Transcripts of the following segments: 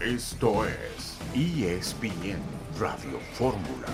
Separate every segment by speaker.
Speaker 1: Esto es ESPN Radio Fórmula.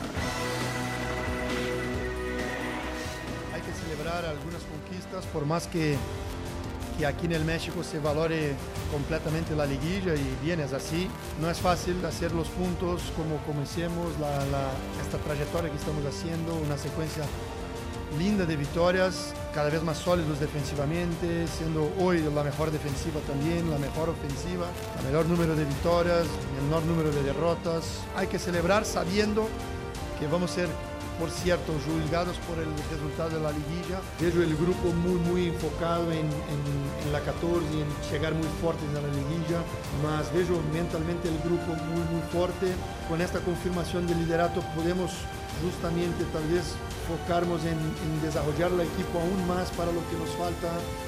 Speaker 2: Hay que celebrar algunas conquistas, por más que aquí en el México se valore completamente la liguilla, y bien es así. No es fácil hacer los puntos como hicimos, esta trayectoria que estamos haciendo, una secuencia linda de victorias, cada vez más sólidos defensivamente, siendo hoy la mejor defensiva también, la mejor ofensiva, el menor número de victorias, el menor número de derrotas. Hay que celebrar sabiendo que vamos a ser, por cierto, juzgados por el resultado de la liguilla. Veo el grupo muy enfocado en la 14 y en llegar muy fuertes en la liguilla, mas veo mentalmente el grupo muy fuerte. Con esta confirmación del liderato podemos justamente tal vez enfocarnos en desarrollar el equipo aún más para lo que nos falta.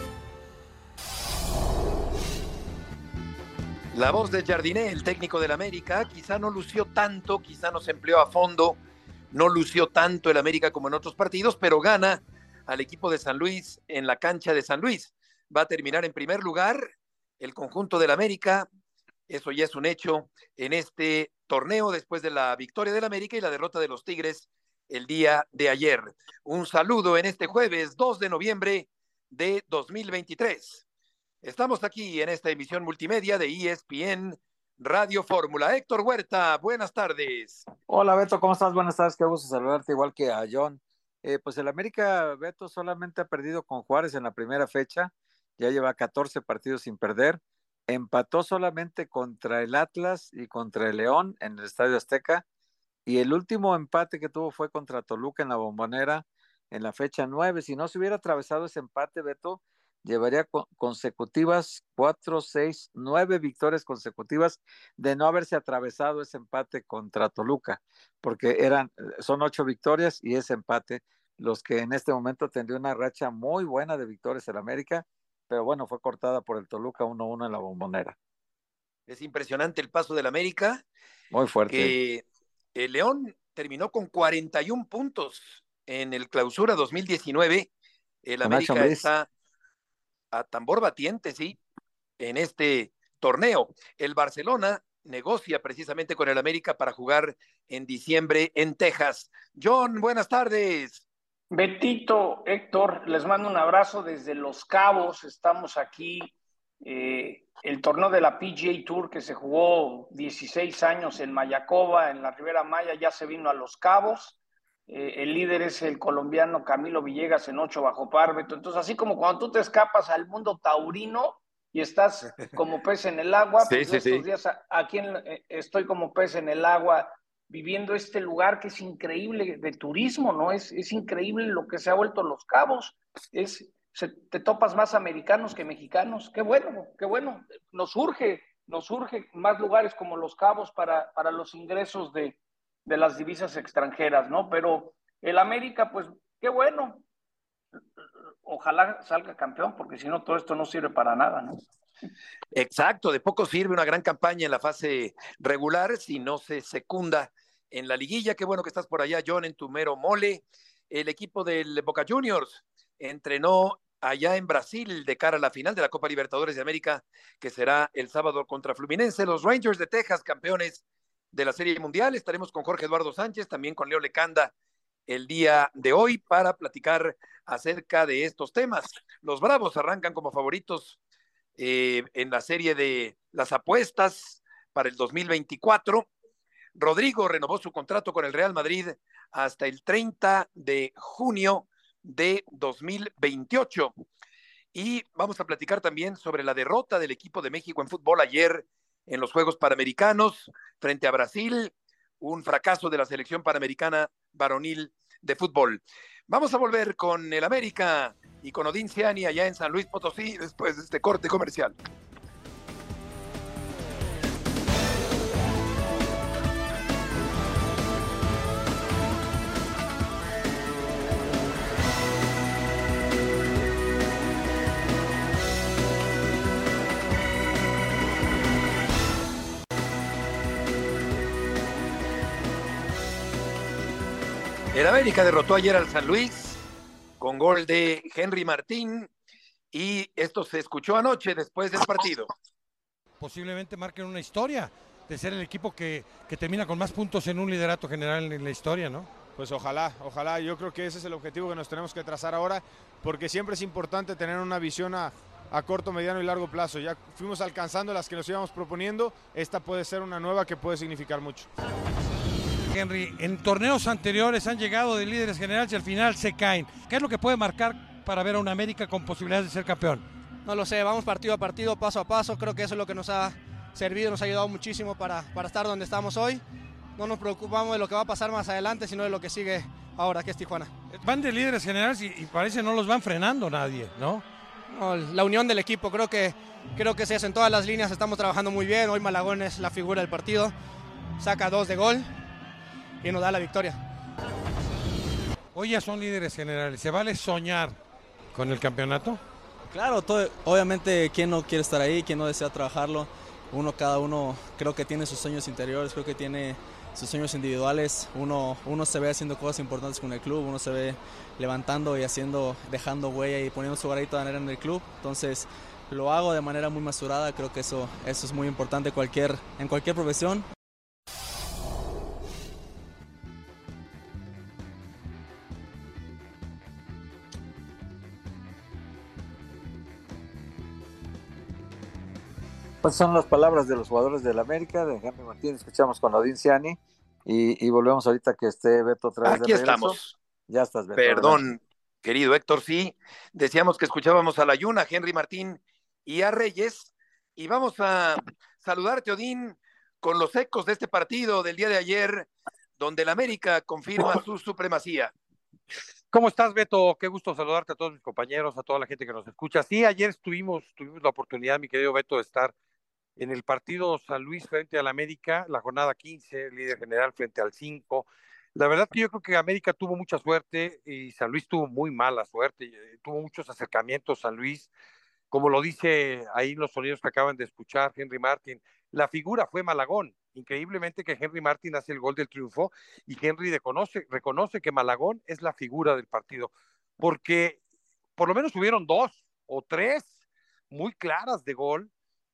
Speaker 3: La voz de Jardiné, el técnico del América, quizá no lució tanto, quizá no se empleó a fondo, no lució tanto el América como en otros partidos, pero gana al equipo de San Luis en la cancha de San Luis. Va a terminar en primer lugar el conjunto del América, eso ya es un hecho en este torneo después de la victoria del América y la derrota de los Tigres el día de ayer. Un saludo en este jueves 2 de noviembre de 2023. Estamos aquí en esta emisión multimedia de ESPN Radio Fórmula. Héctor Huerta, buenas tardes.
Speaker 4: Hola Beto, ¿cómo estás? Buenas tardes, qué gusto saludarte, igual que a John. Pues el América, Beto, solamente ha perdido con Juárez en la primera fecha, ya lleva 14 partidos sin perder, empató solamente contra el Atlas y contra el León en el Estadio Azteca, y el último empate que tuvo fue contra Toluca en la Bombonera en la fecha 9. Si no se hubiera atravesado ese empate, Beto, llevaría consecutivas 4, 6, 9 victorias consecutivas de no haberse atravesado ese empate contra Toluca, porque son 8 victorias y ese empate, los que en este momento tendría una racha muy buena de victorias en América, pero bueno, fue cortada por el Toluca 1-1 en la Bombonera.
Speaker 3: Es impresionante el paso del América,
Speaker 4: Muy fuerte.
Speaker 3: que el León terminó con 41 puntos en el Clausura 2019. El
Speaker 4: Con
Speaker 3: América está a tambor batiente, sí, en este torneo. El Barcelona negocia precisamente con el América para jugar en diciembre en Texas. John, buenas tardes.
Speaker 5: Betito, Héctor, les mando un abrazo desde Los Cabos. Estamos aquí, el torneo de la PGA Tour que se jugó 16 años en Mayacoba, en la Ribera Maya, ya se vino a Los Cabos. El líder es el colombiano Camilo Villegas en 8 bajo par, Beto. Entonces, así como cuando tú te escapas al mundo taurino y estás como pez en el agua, pues estos días aquí estoy como pez en el agua, viviendo este lugar que es increíble de turismo, ¿no? Es increíble lo que se ha vuelto Los Cabos. Te topas más americanos que mexicanos. Qué bueno, qué bueno. Nos urge más lugares como Los Cabos para los ingresos de las divisas extranjeras, ¿no? Pero el América, pues, qué bueno. Ojalá salga campeón, porque si no, todo esto no sirve para nada, ¿no?
Speaker 3: Exacto, de poco sirve una gran campaña en la fase regular si no se secunda en la liguilla. Qué bueno que estás por allá, John, en tu mero mole. El equipo del Boca Juniors entrenó allá en Brasil de cara a la final de la Copa Libertadores de América, que será el sábado contra Fluminense. Los Rangers de Texas, campeones de la Serie Mundial. Estaremos con Jorge Eduardo Sánchez, también con Leo Lecanda el día de hoy para platicar acerca de estos temas. Los Bravos arrancan como favoritos en la serie de las apuestas para el 2024. Rodrigo renovó su contrato con el Real Madrid hasta el 30 de junio de 2028. Y vamos a platicar también sobre la derrota del equipo de México en fútbol ayer en los Juegos Panamericanos frente a Brasil, un fracaso de la selección panamericana varonil de fútbol. Vamos a volver con el América y con Odín Ciani allá en San Luis Potosí después de este corte comercial. El América derrotó ayer al San Luis con gol de Henry Martín y esto se escuchó anoche después del partido.
Speaker 6: Posiblemente marquen una historia de ser el equipo que termina con más puntos en un liderato general en la historia, ¿no?
Speaker 7: Pues ojalá, yo creo que ese es el objetivo que nos tenemos que trazar ahora, porque siempre es importante tener una visión a corto, mediano y largo plazo. Ya fuimos alcanzando las que nos íbamos proponiendo, esta puede ser una nueva que puede significar mucho.
Speaker 6: Henry, en torneos anteriores han llegado de líderes generales y al final se caen. ¿Qué es lo que puede marcar para ver a una América con posibilidades de ser campeón?
Speaker 8: No lo sé, vamos partido a partido, paso a paso, creo que eso es lo que nos ha servido, nos ha ayudado muchísimo para estar donde estamos hoy. No nos preocupamos de lo que va a pasar más adelante, sino de lo que sigue ahora, que es Tijuana.
Speaker 6: Van de líderes generales y parece no los van frenando nadie, ¿no?
Speaker 8: No, la unión del equipo, creo que es eso, en todas las líneas estamos trabajando muy bien. Hoy Malagón es la figura del partido, saca 2 de gol y nos da la victoria.
Speaker 6: Hoy ya son líderes generales, ¿se vale soñar con el campeonato?
Speaker 9: Claro, obviamente quién no quiere estar ahí, quién no desea trabajarlo. Cada uno creo que tiene sus sueños interiores, creo que tiene sus sueños individuales. Uno se ve haciendo cosas importantes con el club, uno se ve levantando y dejando huella y poniendo su granito de arena en el club. Entonces lo hago de manera muy mesurada, creo que eso es muy importante en cualquier profesión.
Speaker 4: Pues son las palabras de los jugadores del América, de Henry Martín. Escuchamos con Odín Ciani y volvemos ahorita que esté Beto otra vez.
Speaker 3: Aquí
Speaker 4: de regreso.
Speaker 3: estamos.
Speaker 4: Ya estás, Beto.
Speaker 3: Perdón,
Speaker 4: adelante.
Speaker 3: querido Héctor, sí. Decíamos que escuchábamos a la Yuna, a Henry Martín y a Reyes. Y vamos a saludarte, Odín, con los ecos de este partido del día de ayer, donde el América confirma su supremacía.
Speaker 6: ¿Cómo estás, Beto? Qué gusto saludarte a todos mis compañeros, a toda la gente que nos escucha. Sí, ayer tuvimos la oportunidad, mi querido Beto, de estar en el partido San Luis frente al América, la jornada 15, líder general frente al 5. La verdad que yo creo que América tuvo mucha suerte y San Luis tuvo muy mala suerte. Tuvo muchos acercamientos San Luis, como lo dice ahí los sonidos que acaban de escuchar Henry Martin. La figura fue Malagón. Increíblemente que Henry Martin hace el gol del triunfo y Henry reconoce que Malagón es la figura del partido, porque por lo menos hubieron 2 o 3 muy claras de gol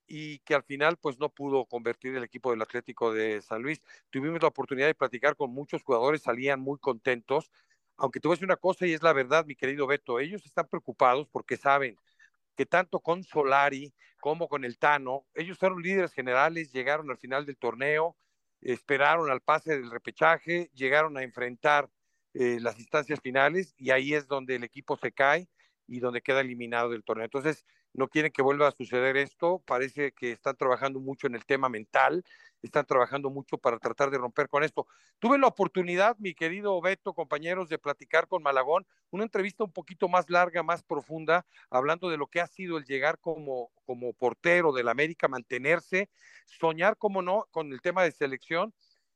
Speaker 6: y que al final pues no pudo convertir el equipo del Atlético de San Luis. Tuvimos la oportunidad de platicar con muchos jugadores, salían muy contentos, aunque te voy a decir una cosa y es la verdad, mi querido Beto, ellos están preocupados porque saben que tanto con Solari como con el Tano, ellos fueron líderes generales, llegaron al final del torneo, esperaron al pase del repechaje, llegaron a enfrentar las instancias finales y ahí es donde el equipo se cae y donde queda eliminado del torneo. Entonces, no quieren que vuelva a suceder esto, parece que están trabajando mucho en el tema mental, están trabajando mucho para tratar de romper con esto. Tuve la oportunidad, mi querido Beto, compañeros, de platicar con Malagón, una entrevista un poquito más larga, más profunda, hablando de lo que ha sido el llegar como portero del América, mantenerse, soñar, como no, con el tema de selección,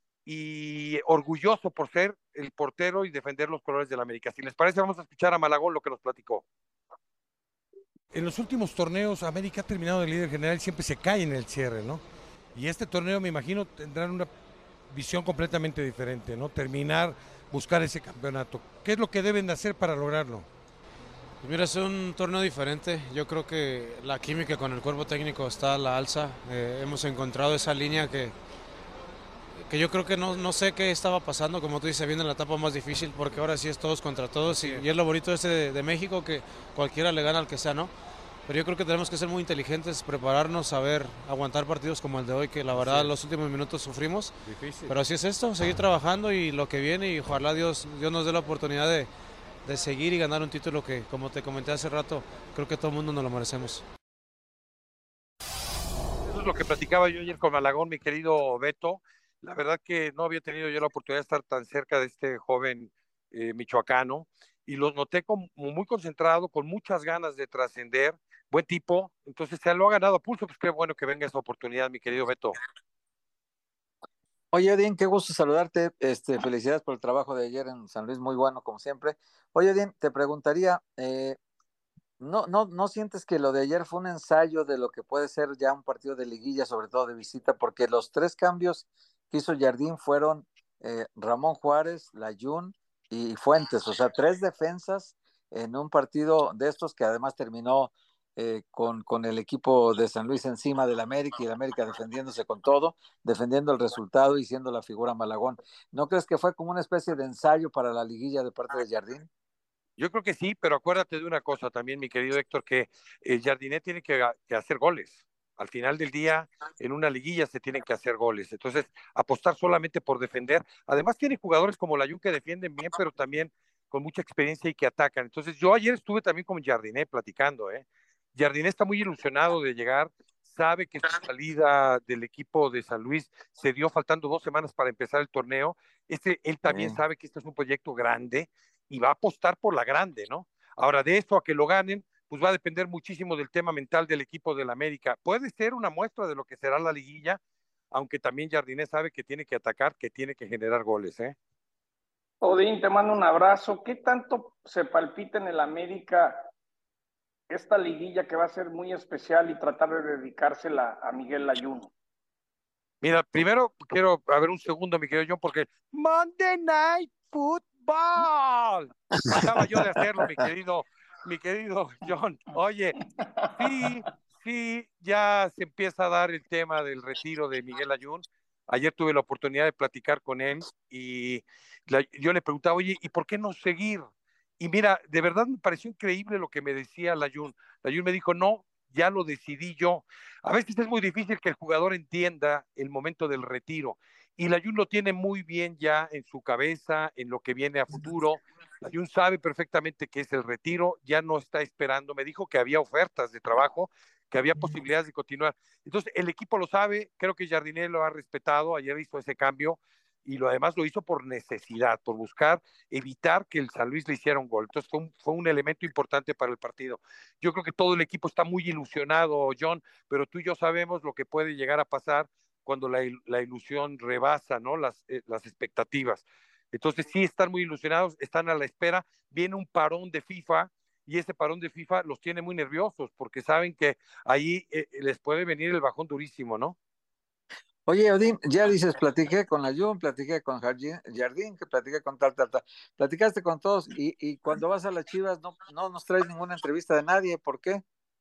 Speaker 6: y orgulloso por ser el portero y defender los colores del América. Si les parece, vamos a escuchar a Malagón lo que nos platicó. En los últimos torneos, América ha terminado de líder general y siempre se cae en el cierre, ¿no? Y este torneo, me imagino, tendrán una visión completamente diferente, ¿no? Buscar ese campeonato. ¿Qué es lo que deben de hacer para lograrlo?
Speaker 10: Pues mira, es un torneo diferente. Yo creo que la química con el cuerpo técnico está a la alza. Hemos encontrado esa línea que yo creo que no sé qué estaba pasando, como tú dices, viene la etapa más difícil, porque ahora sí es todos contra todos, y es lo bonito de México, que cualquiera le gana al que sea, ¿no? Pero yo creo que tenemos que ser muy inteligentes, prepararnos, saber aguantar partidos como el de hoy, que la verdad los últimos minutos sufrimos. Difícil. Pero así es esto, seguir trabajando y lo que viene, y ojalá Dios nos dé la oportunidad de seguir y ganar un título que, como te comenté hace rato, creo que todo el mundo nos lo merecemos.
Speaker 6: Eso es lo que platicaba yo ayer con Malagón, mi querido Beto. La verdad que no había tenido yo la oportunidad de estar tan cerca de este joven michoacano y los noté como muy concentrado, con muchas ganas de trascender, buen tipo, entonces se lo ha ganado a pulso, pues qué bueno que venga esa oportunidad, mi querido Beto.
Speaker 4: Oye, Odín, qué gusto saludarte, felicidades por el trabajo de ayer en San Luis, muy bueno como siempre. Oye, Odín, te preguntaría, ¿no sientes que lo de ayer fue un ensayo de lo que puede ser ya un partido de liguilla, sobre todo de visita? Porque los 3 cambios que hizo Jardín fueron Ramón Juárez, Layún y Fuentes, o sea, 3 defensas en un partido de estos que además terminó con el equipo de San Luis encima del América y el América defendiéndose con todo, defendiendo el resultado y siendo la figura Malagón. ¿No crees que fue como una especie de ensayo para la liguilla de parte de Jardín?
Speaker 6: Yo creo que sí, pero acuérdate de una cosa también, mi querido Héctor, que Jardiné tiene que hacer goles. Al final del día, en una liguilla se tienen que hacer goles. Entonces, apostar solamente por defender. Además, tiene jugadores como Layún que defienden bien, pero también con mucha experiencia y que atacan. Entonces, yo ayer estuve también con Jardiné platicando, ¿eh? Jardiné está muy ilusionado de llegar, sabe que su salida del equipo de San Luis se dio faltando 2 semanas para empezar el torneo. Él también sabe que este es un proyecto grande y va a apostar por la grande, ¿no? Ahora, de eso a que lo ganen, pues va a depender muchísimo del tema mental del equipo del América. Puede ser una muestra de lo que será la liguilla, aunque también Jardiné sabe que tiene que atacar, que tiene que generar goles, ¿eh?
Speaker 5: Odín, te mando un abrazo. ¿Qué tanto se palpita en el América esta liguilla que va a ser muy especial y tratar de dedicársela a Miguel Layún?
Speaker 6: Mira, primero quiero, a ver un segundo, mi querido John, porque Monday Night Football. Acaba yo de hacerlo, mi querido John. Oye, sí, ya se empieza a dar el tema del retiro de Miguel Ayun. Ayer tuve la oportunidad de platicar con él y yo le preguntaba, oye, ¿y por qué no seguir? Y mira, de verdad me pareció increíble lo que me decía Layún. Layún me dijo, no, ya lo decidí yo. A veces es muy difícil que el jugador entienda el momento del retiro. Y Layún lo tiene muy bien ya en su cabeza, en lo que viene a futuro. Layún sabe perfectamente que es el retiro, ya no está esperando. Me dijo que había ofertas de trabajo, que había posibilidades de continuar. Entonces, el equipo lo sabe, creo que Jardiné lo ha respetado, ayer hizo ese cambio y además lo hizo por necesidad, por buscar evitar que el San Luis le hiciera un gol. Entonces fue un elemento importante para el partido. Yo creo que todo el equipo está muy ilusionado, John, pero tú y yo sabemos lo que puede llegar a pasar cuando la ilusión rebasa, ¿no? Las expectativas. Entonces sí están muy ilusionados, están a la espera. Viene un parón de FIFA y ese parón de FIFA los tiene muy nerviosos porque saben que ahí les puede venir el bajón durísimo, ¿no?
Speaker 4: Oye, Odín, ya dices, platiqué con Layún, platiqué con Jardín, que platiqué con tal. Platicaste con todos y cuando vas a las Chivas no nos traes ninguna entrevista de nadie. ¿Por qué?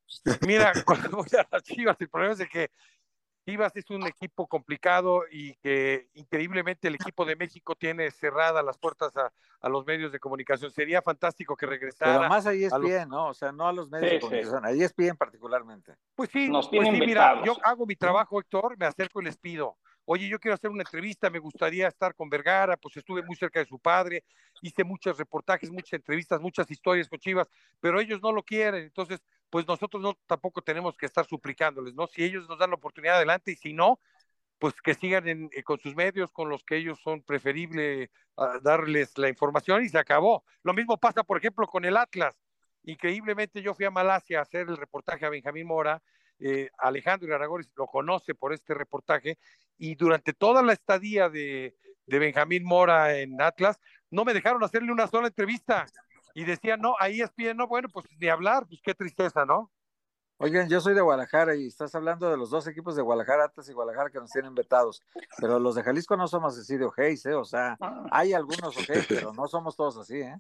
Speaker 6: Mira, cuando voy a las Chivas, el problema es que Chivas es un equipo complicado y que increíblemente el equipo de México tiene cerradas las puertas a los medios de comunicación. Sería fantástico que
Speaker 4: Pero
Speaker 6: regresara
Speaker 4: más a
Speaker 6: a los...
Speaker 4: ESPN, ¿no? O sea, no a los medios de comunicación, a ESPN particularmente.
Speaker 6: Pues
Speaker 5: Nos
Speaker 6: sí,
Speaker 5: tienen
Speaker 6: mira,
Speaker 5: vetados.
Speaker 6: yo hago mi trabajo, Héctor, me acerco y les pido, oye, yo quiero hacer una entrevista, me gustaría estar con Vergara, pues estuve muy cerca de su padre, hice muchos reportajes, muchas entrevistas, muchas historias con Chivas, pero ellos no lo quieren, entonces, pues nosotros no tampoco tenemos que estar suplicándoles, ¿no? Si ellos nos dan la oportunidad adelante y si no, pues que sigan con sus medios con los que ellos son preferible darles la información y se acabó. Lo mismo pasa, por ejemplo, con el Atlas. Increíblemente yo fui a Malasia a hacer el reportaje a Benjamín Mora, Alejandro Iraragorri lo conoce por este reportaje, y durante toda la estadía de Benjamín Mora en Atlas, no me dejaron hacerle una sola entrevista, y decían, no, ahí es bien, no, bueno, pues ni hablar, pues qué tristeza, ¿no?
Speaker 4: Oigan, yo soy de Guadalajara y estás hablando de los dos equipos de Guadalajara, Atlas y Guadalajara, que nos tienen vetados, pero los de Jalisco no somos así de ojeis, ¿eh? O sea, hay algunos ojeis, pero no somos todos así, ¿eh?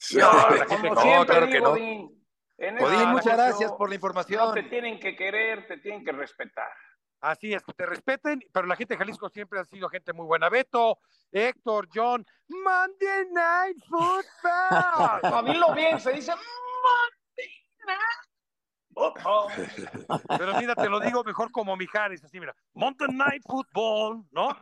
Speaker 5: No, como siempre
Speaker 6: claro
Speaker 5: digo,
Speaker 6: que no.
Speaker 5: Odín, en
Speaker 3: Odín,
Speaker 5: este
Speaker 3: muchas
Speaker 5: negocio
Speaker 3: gracias por la información.
Speaker 5: no te tienen que querer, te tienen que respetar.
Speaker 6: Así es, que te respeten, pero la gente de Jalisco siempre ha sido gente muy buena. Beto, Héctor, John, Monday Night Football.
Speaker 5: No, dilo bien, se dice Monday Night Football.
Speaker 6: Pero mira, te lo digo mejor como Mijares, así mira, Monday Night Football, ¿no?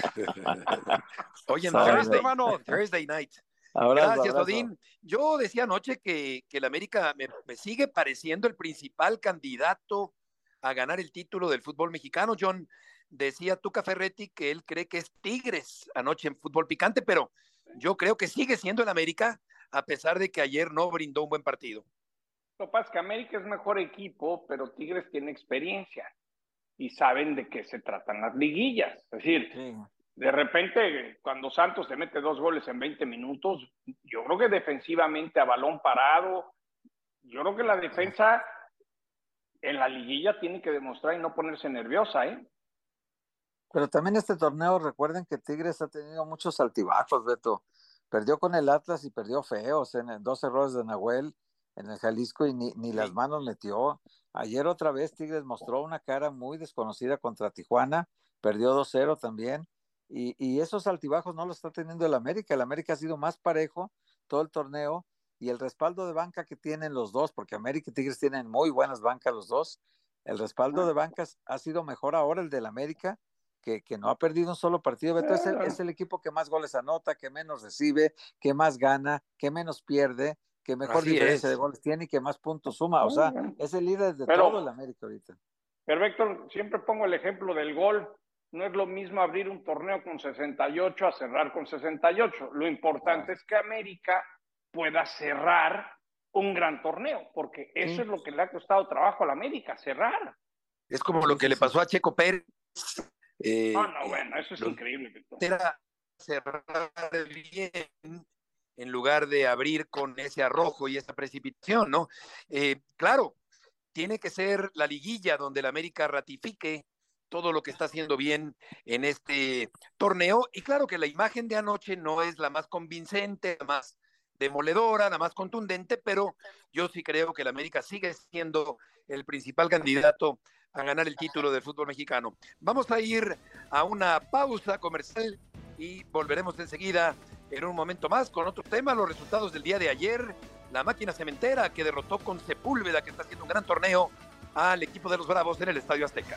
Speaker 3: Oye, Thursday night. Gracias, Odín. Yo decía anoche que el América me sigue pareciendo el principal candidato a ganar el título del fútbol mexicano. John, decía Tuca Ferretti que él cree que es Tigres anoche en fútbol picante, pero yo creo que sigue siendo el América, a pesar de que ayer no brindó un buen partido.
Speaker 5: Lo que pasa es que América es mejor equipo, pero Tigres tiene experiencia y saben de qué se tratan las liguillas. Es decir, de repente, cuando Santos te mete 2 goles en 20 minutos, yo creo que defensivamente a balón parado, yo creo que la defensa en la liguilla tiene que demostrar y no ponerse nerviosa, ¿eh?
Speaker 4: Pero también este torneo, recuerden que Tigres ha tenido muchos altibajos, Beto. Perdió con el Atlas y perdió feos en 2 errores de Nahuel. en el Jalisco y ni las manos metió. Ayer otra vez Tigres mostró una cara muy desconocida contra Tijuana, perdió 2-0 también, y esos altibajos no los está teniendo el América ha sido más parejo todo el torneo, y el respaldo de banca que tienen los dos, porque América y Tigres tienen muy buenas bancas los dos, el respaldo de bancas ha sido mejor ahora el del América, que no ha perdido un solo partido. Beto es el equipo que más goles anota, que menos recibe, que más gana, que menos pierde, que mejor
Speaker 3: Así
Speaker 4: diferencia de
Speaker 3: es.
Speaker 4: goles tiene y que más puntos suma. O sea, es el líder de
Speaker 5: Pero,
Speaker 4: todo el América ahorita.
Speaker 5: Pero Héctor, siempre pongo el ejemplo del gol. No es lo mismo abrir un torneo con 68 a cerrar con 68. Lo importante es que América pueda cerrar un gran torneo, porque eso es lo que le ha costado trabajo a la América, cerrar.
Speaker 3: Es como lo que le pasó a Checo Pérez.
Speaker 5: Bueno, eso es increíble.
Speaker 3: Era cerrar bien en lugar de abrir con ese arrojo y esa precipitación, ¿no? Claro, tiene que ser la liguilla donde el América ratifique todo lo que está haciendo bien en este torneo, y claro que la imagen de anoche no es la más convincente, la más demoledora, la más contundente, pero yo sí creo que el América sigue siendo el principal candidato a ganar el título del fútbol mexicano. Vamos a ir a una pausa comercial y volveremos enseguida en un momento más con otro tema, los resultados del día de ayer, la Máquina Cementera que derrotó con Sepúlveda, que está haciendo un gran torneo, al equipo de los Bravos en el Estadio Azteca.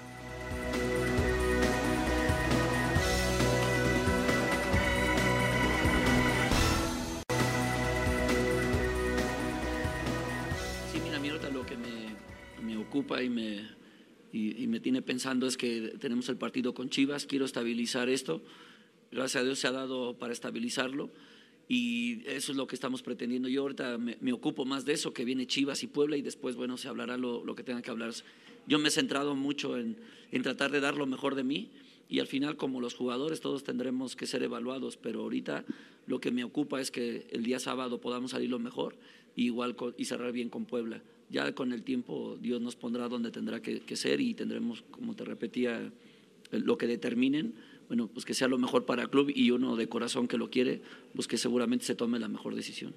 Speaker 11: Sí, mira, a mí ahorita lo que me ocupa y me tiene pensando es que tenemos el partido con Chivas, quiero estabilizar esto, gracias a Dios se ha dado para estabilizarlo y eso es lo que estamos pretendiendo. Yo ahorita me ocupo más de eso, que viene Chivas y Puebla, y después, bueno, se hablará lo que tenga que hablarse. Yo me he centrado mucho en tratar de dar lo mejor de mí, y al final, como los jugadores, todos tendremos que ser evaluados, pero ahorita lo que me ocupa es que el día sábado podamos salir lo mejor y cerrar bien con Puebla. Ya con el tiempo Dios nos pondrá donde tendrá que ser, y tendremos, como te repetía, lo que determinen, bueno, pues que sea lo mejor para el club, y uno de corazón que lo quiere, pues que seguramente se tome la mejor decisión.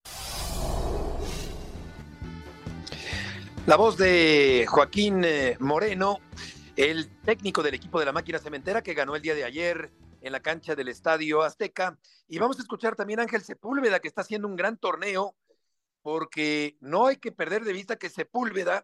Speaker 3: La voz de Joaquín Moreno, el técnico del equipo de la Máquina Cementera, que ganó el día de ayer en la cancha del Estadio Azteca. Y vamos a escuchar también a Ángel Sepúlveda, que está haciendo un gran torneo, porque no hay que perder de vista que Sepúlveda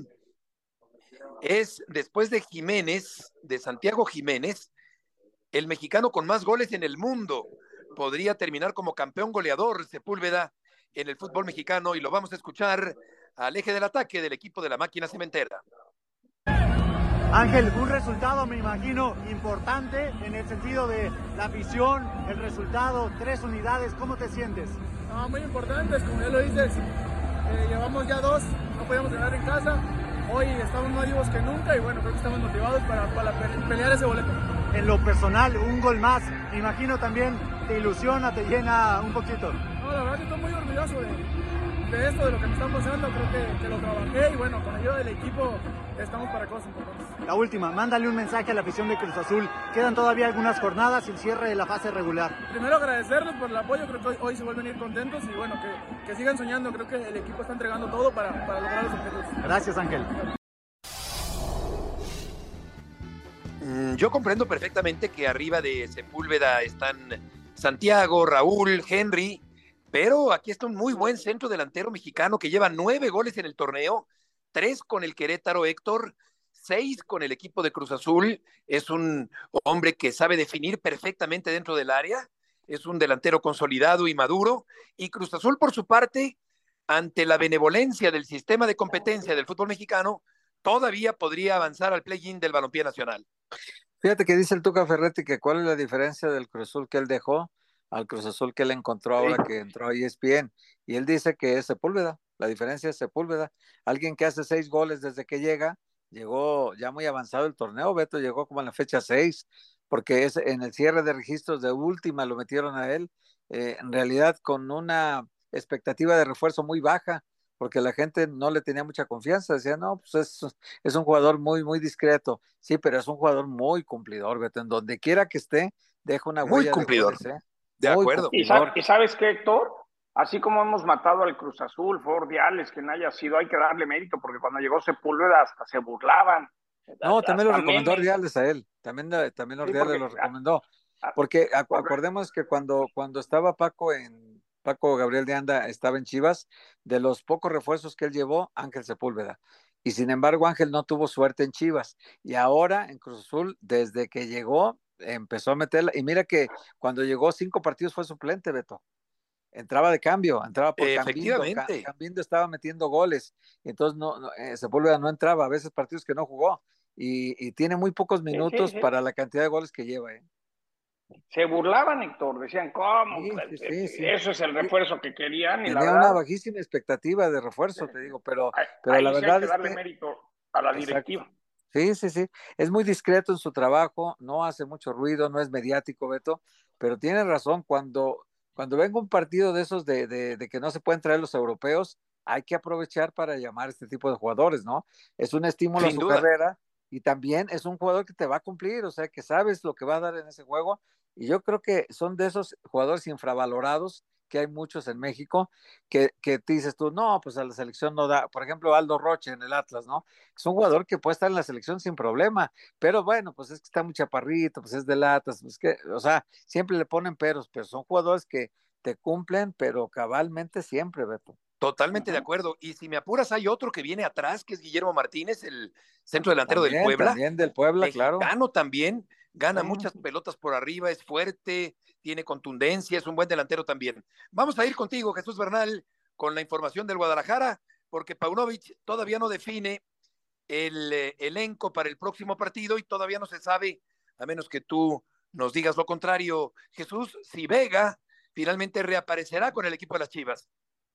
Speaker 3: es, después de Jiménez, de Santiago Jiménez, el mexicano con más goles en el mundo. Podría terminar como campeón goleador Sepúlveda en el fútbol mexicano, y lo vamos a escuchar al eje del ataque del equipo de la Máquina Cementera.
Speaker 12: Ángel, un resultado, me imagino, importante en el sentido de la afición, el resultado, 3 unidades, ¿cómo te sientes?
Speaker 13: No, muy importantes, como ya lo dices, llevamos ya 2, no podíamos ganar en casa, hoy estamos más vivos que nunca y bueno, creo que estamos motivados para pelear ese boleto.
Speaker 12: En lo personal, un gol más, me imagino también te ilusiona, te llena un poquito.
Speaker 13: No, la verdad que estoy muy orgulloso de esto, de lo que me está pasando, creo que lo trabajé y bueno, con ayuda del equipo estamos para cosas importantes.
Speaker 12: La última, mándale un mensaje a la afición de Cruz Azul, quedan todavía algunas jornadas y el cierre de la fase regular.
Speaker 13: Primero agradecerles por el apoyo, creo que hoy se vuelven a ir contentos y bueno, que sigan soñando, creo que el equipo está entregando todo para lograr los objetivos.
Speaker 12: Gracias, Ángel.
Speaker 3: Yo comprendo perfectamente que arriba de Sepúlveda están Santiago, Raúl, Henry, pero aquí está un muy buen centro delantero mexicano que lleva 9 goles en el torneo, 3 con el Querétaro, Héctor, 6 con el equipo de Cruz Azul. Es un hombre que sabe definir perfectamente dentro del área, es un delantero consolidado y maduro, y Cruz Azul, por su parte, ante la benevolencia del sistema de competencia del fútbol mexicano, todavía podría avanzar al play-in del balompié nacional.
Speaker 4: Fíjate que dice el Tuca Ferretti que cuál es la diferencia del Cruz Azul que él dejó al Cruz Azul que él encontró ahora que entró a ESPN, y él dice que es Sepúlveda, la diferencia es Sepúlveda, alguien que hace 6 goles desde que llegó ya muy avanzado el torneo. Beto llegó como en la fecha 6, porque es en el cierre de registros de última lo metieron a él, en realidad con una expectativa de refuerzo muy baja, porque la gente no le tenía mucha confianza, decía, no, pues es un jugador muy, muy discreto, sí, pero es un jugador muy cumplidor, Beto, en donde quiera que esté, deja una
Speaker 3: muy
Speaker 4: huella
Speaker 3: cumplidor.
Speaker 4: de goles,
Speaker 3: De acuerdo.
Speaker 5: ¿Y sabes qué, Héctor? Así como hemos matado al Cruz Azul, fue Ordiales, quien haya sido, hay que darle mérito, porque cuando llegó Sepúlveda hasta se burlaban.
Speaker 4: No, también lo recomendó
Speaker 5: memes.
Speaker 4: Ordiales a él, también Ordiales lo recomendó, porque acordemos que cuando estaba Paco Gabriel de Anda estaba en Chivas, de los pocos refuerzos que él llevó, Ángel Sepúlveda, y sin embargo Ángel no tuvo suerte en Chivas, y ahora en Cruz Azul, desde que llegó, empezó a meterla, y mira que cuando llegó 5 partidos fue suplente, Beto. Entraba de cambio, entraba por Cambindo. Cambindo estaba metiendo goles, entonces Sepúlveda no entraba, a veces partidos que no jugó, y tiene muy pocos minutos para la cantidad de goles que lleva.
Speaker 5: Se burlaban, Héctor, decían, ¿cómo?
Speaker 4: Sí.
Speaker 5: Eso es el refuerzo que querían. Y
Speaker 4: tenía una bajísima expectativa de refuerzo, te digo, pero la verdad
Speaker 5: hay que darle mérito a la directiva.
Speaker 4: Sí, es muy discreto en su trabajo, no hace mucho ruido, no es mediático, Beto, pero tiene razón, cuando venga un partido de esos de que no se pueden traer los europeos, hay que aprovechar para llamar a este tipo de jugadores, ¿no? Es un estímulo a su carrera y también es un jugador que te va a cumplir, o sea, que sabes lo que va a dar en ese juego, y yo creo que son de esos jugadores infravalorados, que hay muchos en México, que te dices tú, no, pues a la selección no da. Por ejemplo, Aldo Roche en el Atlas, ¿no? Es un jugador que puede estar en la selección sin problema, pero bueno, pues es que está muy chaparrito, pues es del Atlas, pues que, o sea, siempre le ponen peros, pero son jugadores que te cumplen, pero cabalmente siempre, Beto.
Speaker 3: Totalmente de acuerdo. Y si me apuras, hay otro que viene atrás, que es Guillermo Martínez, el centro delantero del Puebla.
Speaker 4: También del Puebla, claro.
Speaker 3: Mexicano también, gana muchas pelotas por arriba, es fuerte, tiene contundencia, es un buen delantero también. Vamos a ir contigo, Jesús Bernal, con la información del Guadalajara, porque Paunovic todavía no define el elenco para el próximo partido y todavía no se sabe, a menos que tú nos digas lo contrario, Jesús, si Vega finalmente reaparecerá con el equipo de las Chivas.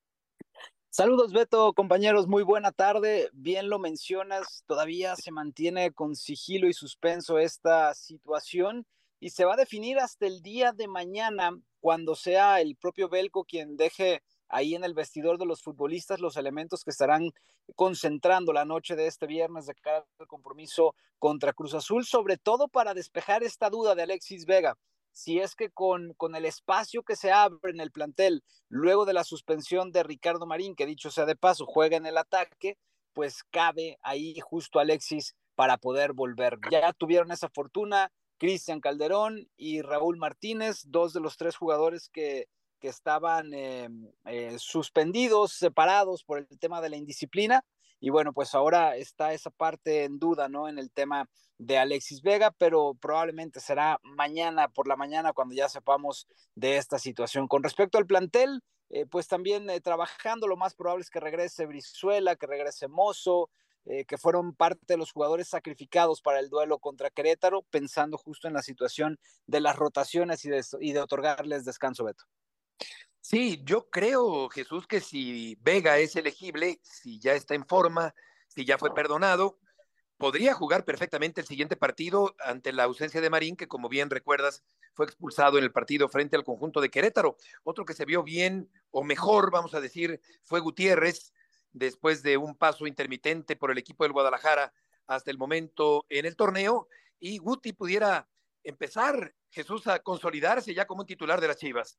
Speaker 14: Saludos, Beto, compañeros, muy buena tarde. Bien lo mencionas, todavía se mantiene con sigilo y suspenso esta situación y se va a definir hasta el día de mañana, cuando sea el propio Belko quien deje ahí en el vestidor de los futbolistas los elementos que estarán concentrando la noche de este viernes de cara al compromiso contra Cruz Azul, sobre todo para despejar esta duda de Alexis Vega. Si es que con el espacio que se abre en el plantel, luego de la suspensión de Ricardo Marín, que dicho sea de paso, juega en el ataque, pues cabe ahí justo Alexis para poder volver. Ya tuvieron esa fortuna Cristian Calderón y Raúl Martínez, 2 de los 3 jugadores que estaban suspendidos, separados por el tema de la indisciplina, y bueno, pues ahora está esa parte en duda, ¿no? En el tema de Alexis Vega, pero probablemente será mañana por la mañana cuando ya sepamos de esta situación. Con respecto al plantel, pues también trabajando, lo más probable es que regrese Brizuela, que regrese Mozo, que fueron parte de los jugadores sacrificados para el duelo contra Querétaro, pensando justo en la situación de las rotaciones y de otorgarles descanso, Beto.
Speaker 3: Sí, yo creo, Jesús, que si Vega es elegible, si ya está en forma, si ya fue perdonado, podría jugar perfectamente el siguiente partido ante la ausencia de Marín, que como bien recuerdas, fue expulsado en el partido frente al conjunto de Querétaro. Otro que se vio bien o mejor, vamos a decir, fue Gutiérrez, después de un paso intermitente por el equipo del Guadalajara hasta el momento en el torneo, y Guti pudiera empezar, Jesús, a consolidarse ya como un titular de las Chivas.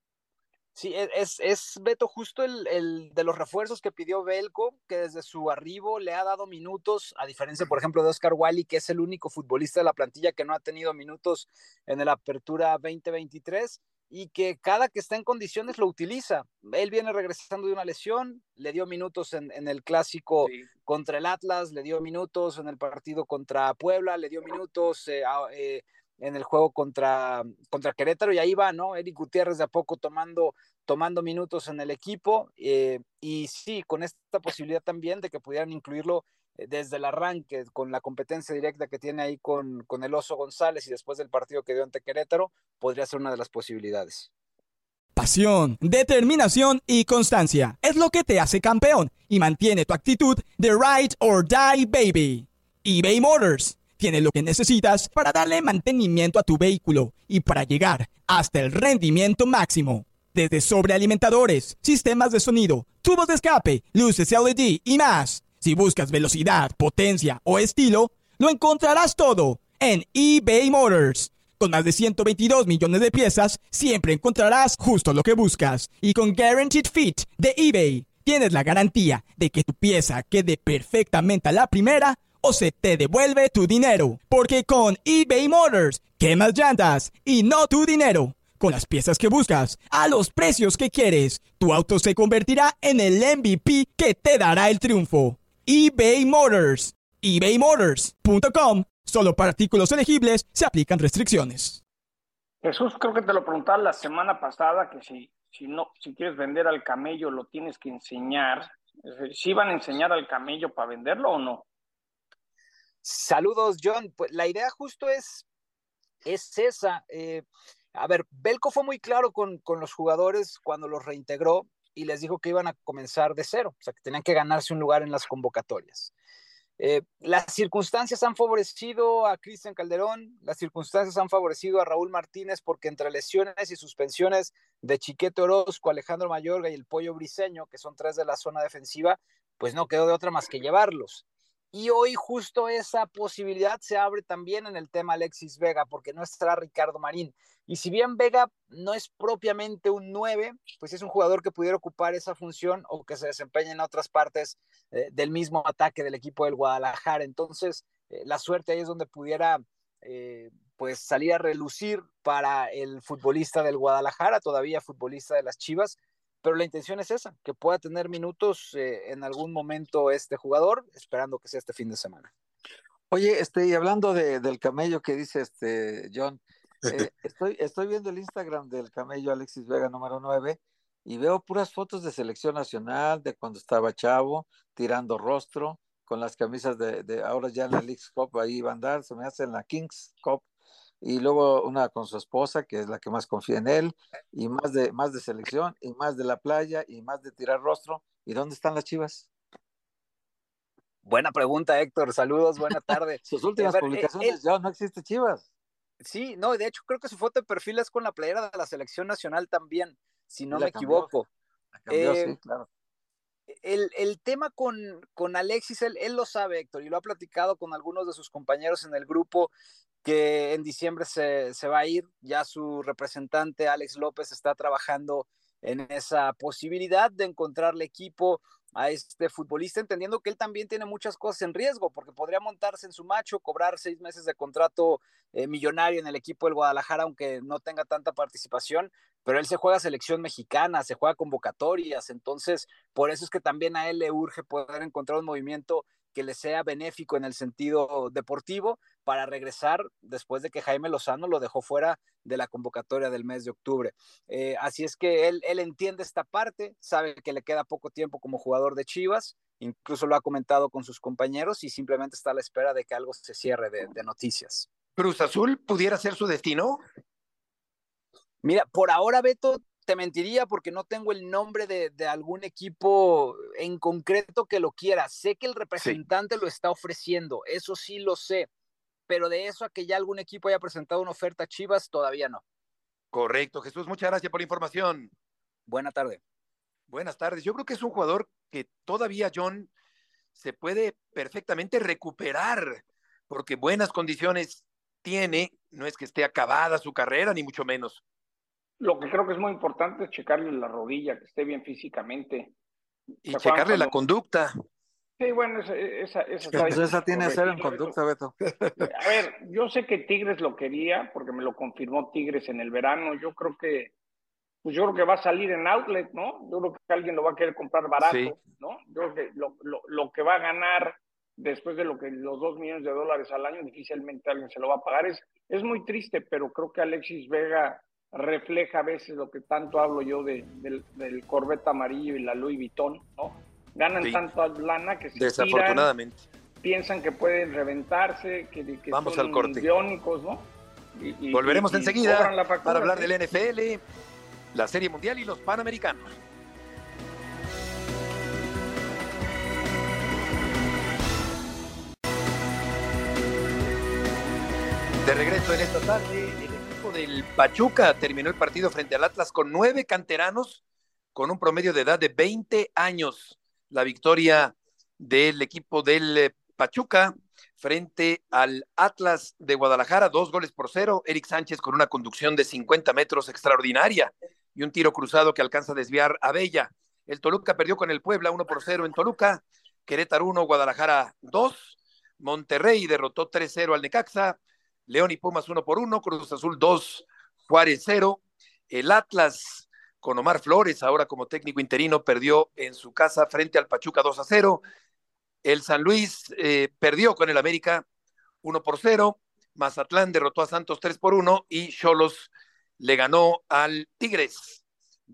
Speaker 14: Sí, es Beto justo el de los refuerzos que pidió Belko, que desde su arribo le ha dado minutos, a diferencia, por ejemplo, de Oscar Wally, que es el único futbolista de la plantilla que no ha tenido minutos en el Apertura 2023, y que cada que está en condiciones lo utiliza. Él viene regresando de una lesión, le dio minutos en el clásico contra el Atlas, le dio minutos en el partido contra Puebla, le dio minutos en el juego contra Querétaro, y ahí va, ¿no? Eric Gutiérrez de a poco tomando minutos en el equipo, y sí, con esta posibilidad también de que pudieran incluirlo desde el arranque, con la competencia directa que tiene ahí con el Oso González, y después del partido que dio ante Querétaro, podría ser una de las posibilidades.
Speaker 15: Pasión, determinación y constancia es lo que te hace campeón y mantiene tu actitud de ride or die, baby. eBay Motors tiene lo que necesitas para darle mantenimiento a tu vehículo y para llegar hasta el rendimiento máximo. Desde sobrealimentadores, sistemas de sonido, tubos de escape, luces LED y más. Si buscas velocidad, potencia o estilo, lo encontrarás todo en eBay Motors. Con más de 122 millones de piezas, siempre encontrarás justo lo que buscas. Y con Guaranteed Fit de eBay, tienes la garantía de que tu pieza quede perfectamente a la primera o se te devuelve tu dinero. Porque con eBay Motors, quemas llantas y no tu dinero. Con las piezas que buscas, a los precios que quieres, tu auto se convertirá en el MVP que te dará el triunfo. eBay Motors. ebaymotors.com. Solo para artículos elegibles se aplican restricciones.
Speaker 5: Jesús, creo que te lo preguntaba la semana pasada, que si quieres vender al camello lo tienes que enseñar. Es decir, ¿sí van a enseñar al camello para venderlo o no?
Speaker 14: Saludos, John. Pues la idea justo es esa. A ver, Belko fue muy claro con los jugadores cuando los reintegró y les dijo que iban a comenzar de cero, o sea, que tenían que ganarse un lugar en las convocatorias. Las circunstancias han favorecido a Cristian Calderón, las circunstancias han favorecido a Raúl Martínez, porque entre lesiones y suspensiones de Chiquete Orozco, Alejandro Mayorga y el Pollo Briseño, que son 3 de la zona defensiva, pues no quedó de otra más que llevarlos. Y hoy justo esa posibilidad se abre también en el tema Alexis Vega, porque no estará Ricardo Marín. Y si bien Vega no es propiamente un 9, pues es un jugador que pudiera ocupar esa función o que se desempeñe en otras partes del mismo ataque del equipo del Guadalajara. Entonces, la suerte ahí es donde pudiera pues salir a relucir para el futbolista del Guadalajara, todavía futbolista de las Chivas, pero la intención es esa, que pueda tener minutos en algún momento este jugador, esperando que sea este fin de semana.
Speaker 4: Oye, y hablando del camello que dice John, estoy viendo el Instagram del camello Alexis Vega número 9 y veo puras fotos de selección nacional, de cuando estaba chavo, tirando rostro, con las camisas de ahora ya en la Leagues Cup, ahí va a andar, se me hace en la Kings Cup, y luego una con su esposa, que es la que más confía en él, y más de selección, y más de la playa, y más de tirar rostro. ¿Y dónde están las Chivas?
Speaker 14: Buena pregunta, Héctor. Saludos, buena tarde.
Speaker 4: Sus últimas publicaciones, ya no existe Chivas.
Speaker 14: Sí, no, de hecho creo que su foto de perfil es con la playera de la selección nacional también, si no me equivoco.
Speaker 4: Cambió, sí, claro.
Speaker 14: El tema con Alexis, él lo sabe, Héctor, y lo ha platicado con algunos de sus compañeros en el grupo, que en diciembre se va a ir. Ya su representante, Alex López, está trabajando en esa posibilidad de encontrarle equipo a este futbolista, entendiendo que él también tiene muchas cosas en riesgo, porque podría montarse en su macho, cobrar 6 meses de contrato millonario en el equipo del Guadalajara, aunque no tenga tanta participación, pero él se juega selección mexicana, se juega convocatorias, entonces por eso es que también a él le urge poder encontrar un movimiento que le sea benéfico en el sentido deportivo para regresar después de que Jaime Lozano lo dejó fuera de la convocatoria del mes de octubre. Así es que él entiende esta parte, sabe que le queda poco tiempo como jugador de Chivas, incluso lo ha comentado con sus compañeros y simplemente está a la espera de que algo se cierre de noticias.
Speaker 3: ¿Cruz Azul pudiera ser su destino?
Speaker 14: Mira, por ahora, Beto, te mentiría porque no tengo el nombre de algún equipo en concreto que lo quiera. Sé que el representante lo está ofreciendo, eso sí lo sé, pero de eso a que ya algún equipo haya presentado una oferta a Chivas, todavía no.
Speaker 3: Correcto, Jesús, muchas gracias por la información.
Speaker 14: Buena tarde.
Speaker 3: Buenas tardes. Yo creo que es un jugador que todavía, John, se puede perfectamente recuperar, porque buenas condiciones tiene, no es que esté acabada su carrera, ni mucho menos.
Speaker 5: Lo que creo que es muy importante es checarle la rodilla, que esté bien físicamente.
Speaker 3: Y checarle la conducta.
Speaker 5: Sí, bueno, esa
Speaker 4: tiene cero en conducta, Beto.
Speaker 5: A ver, yo sé que Tigres lo quería, porque me lo confirmó Tigres en el verano. Yo creo que va a salir en outlet, ¿no? Yo creo que alguien lo va a querer comprar barato, sí, ¿no? Yo creo que lo que va a ganar después de los $2 millones al año, difícilmente alguien se lo va a pagar. Es muy triste, pero creo que Alexis Vega refleja a veces lo que tanto hablo yo del Corvette amarillo y la Louis Vuitton, ¿no? Ganan tanta lana que se
Speaker 3: desafortunadamente
Speaker 5: piensan que pueden reventarse, que
Speaker 3: vamos
Speaker 5: son
Speaker 3: al corte
Speaker 5: biónicos, ¿no?
Speaker 3: Volveremos enseguida para hablar del NFL, la Serie Mundial y los Panamericanos. De regreso en esta tarde, el equipo del Pachuca terminó el partido frente al Atlas con 9 canteranos con un promedio de edad de 20 años. La victoria del equipo del Pachuca frente al Atlas de Guadalajara, 2-0. Eric Sánchez con una conducción de 50 metros extraordinaria y un tiro cruzado que alcanza a desviar a Bella. El Toluca perdió con el Puebla 1-0 en Toluca. Querétaro 1, Guadalajara 2. Monterrey derrotó 3-0 al Necaxa. León y Pumas 1-1. Cruz Azul 2, Juárez 0. El Atlas, con Omar Flores, ahora como técnico interino, perdió en su casa frente al Pachuca 2-0. El San Luis perdió con el América 1-0. Mazatlán derrotó a Santos 3-1 y Xolos le ganó al Tigres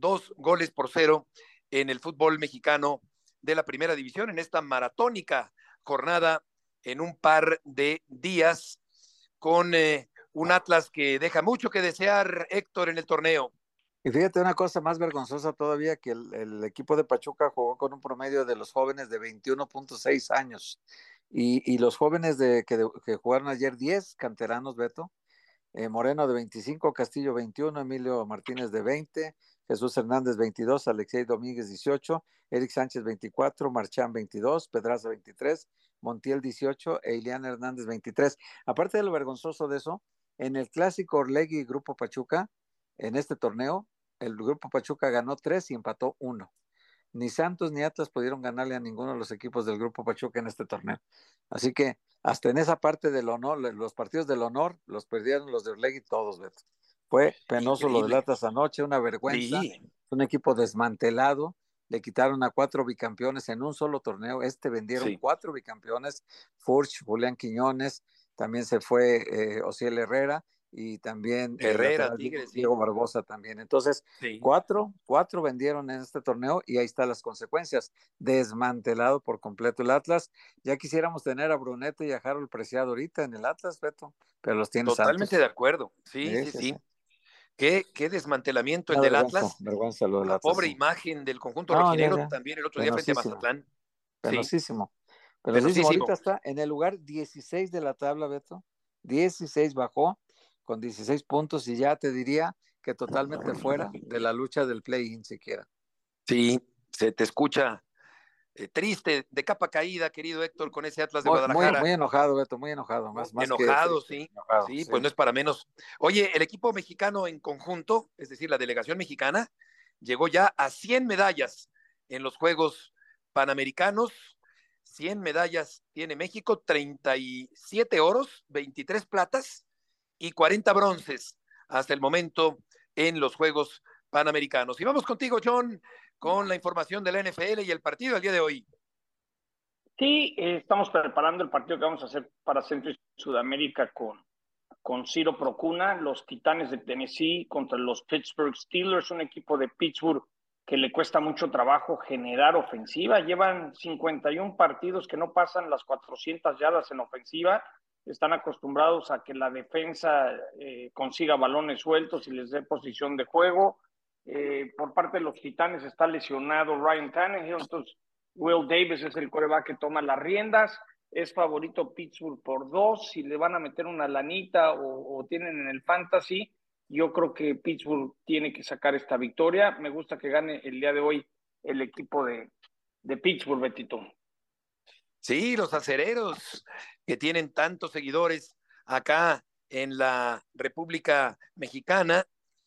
Speaker 3: 2-0 en el fútbol mexicano de la primera división en esta maratónica jornada en un par de días con un Atlas que deja mucho que desear, Héctor, en el torneo.
Speaker 4: Y fíjate una cosa más vergonzosa todavía, que el equipo de Pachuca jugó con un promedio de los jóvenes de 21.6 años. Y los jóvenes que jugaron ayer, 10 canteranos, Beto. Moreno de 25, Castillo 21, Emilio Martínez de 20, Jesús Hernández 22, Alexei Domínguez 18, Eric Sánchez 24, Marchán 22, Pedraza 23, Montiel 18 e Ilián Hernández 23. Aparte de lo vergonzoso de eso, en el clásico Orlegui Grupo Pachuca, en este torneo, el Grupo Pachuca ganó 3 y empató 1. Ni Santos ni Atlas pudieron ganarle a ninguno de los equipos del Grupo Pachuca en este torneo. Así que hasta en esa parte del honor, los partidos del honor, los perdieron los de Orlegui todos, Beto. Fue penoso lo del Atlas anoche, una vergüenza. Sí. Un equipo desmantelado. Le quitaron a 4 bicampeones en un solo torneo. Vendieron 4 bicampeones. Furch, Julián Quiñones, también se fue Ociel Herrera. Y también
Speaker 3: Herrera, Tigres,
Speaker 4: Diego Barbosa también. Entonces, 4 vendieron en este torneo y ahí están las consecuencias. Desmantelado por completo el Atlas. Ya quisiéramos tener a Brunete y a Harold Preciado ahorita en el Atlas, Beto, pero los tiene
Speaker 3: totalmente
Speaker 4: Santos.
Speaker 3: De acuerdo. Sí. Qué desmantelamiento el del Atlas.
Speaker 4: Vergüenza lo del Atlas.
Speaker 3: Pobre imagen del conjunto rojinegro también el otro día frente a Mazatlán.
Speaker 4: Penosísimo. Ahorita está en el lugar 16 de la tabla, Beto. 16 bajó con 16 puntos y ya te diría que totalmente fuera de la lucha del play-in siquiera.
Speaker 3: Sí, se te escucha triste, de capa caída, querido Héctor, con ese Atlas de Guadalajara.
Speaker 4: Muy enojado, Beto, muy enojado. Más
Speaker 3: enojado,
Speaker 4: que,
Speaker 3: sí.
Speaker 4: Enojado,
Speaker 3: sí, pues no es para menos. Oye, el equipo mexicano en conjunto, es decir, la delegación mexicana, llegó ya a 100 medallas en los Juegos Panamericanos. 100 medallas tiene México, 37 oros, 23 platas y 40 bronces hasta el momento en los Juegos Panamericanos. Y vamos contigo, John, con la información de la NFL y el partido del día de hoy.
Speaker 5: Sí, estamos preparando el partido que vamos a hacer para Centro y Sudamérica con Ciro Procuna, los Titanes de Tennessee contra los Pittsburgh Steelers, un equipo de Pittsburgh que le cuesta mucho trabajo generar ofensiva. Llevan 51 partidos que no pasan las 400 yardas en ofensiva. Están acostumbrados a que la defensa consiga balones sueltos y les dé posición de juego. Por parte de los Titanes está lesionado Ryan Tannehill, entonces Will Davis es el quarterback que toma las riendas. Es favorito Pittsburgh por 2. Si le van a meter una lanita o tienen en el fantasy, yo creo que Pittsburgh tiene que sacar esta victoria. Me gusta que gane el día de hoy el equipo de Pittsburgh, Betito.
Speaker 3: Sí, los acereros que tienen tantos seguidores acá en la República Mexicana.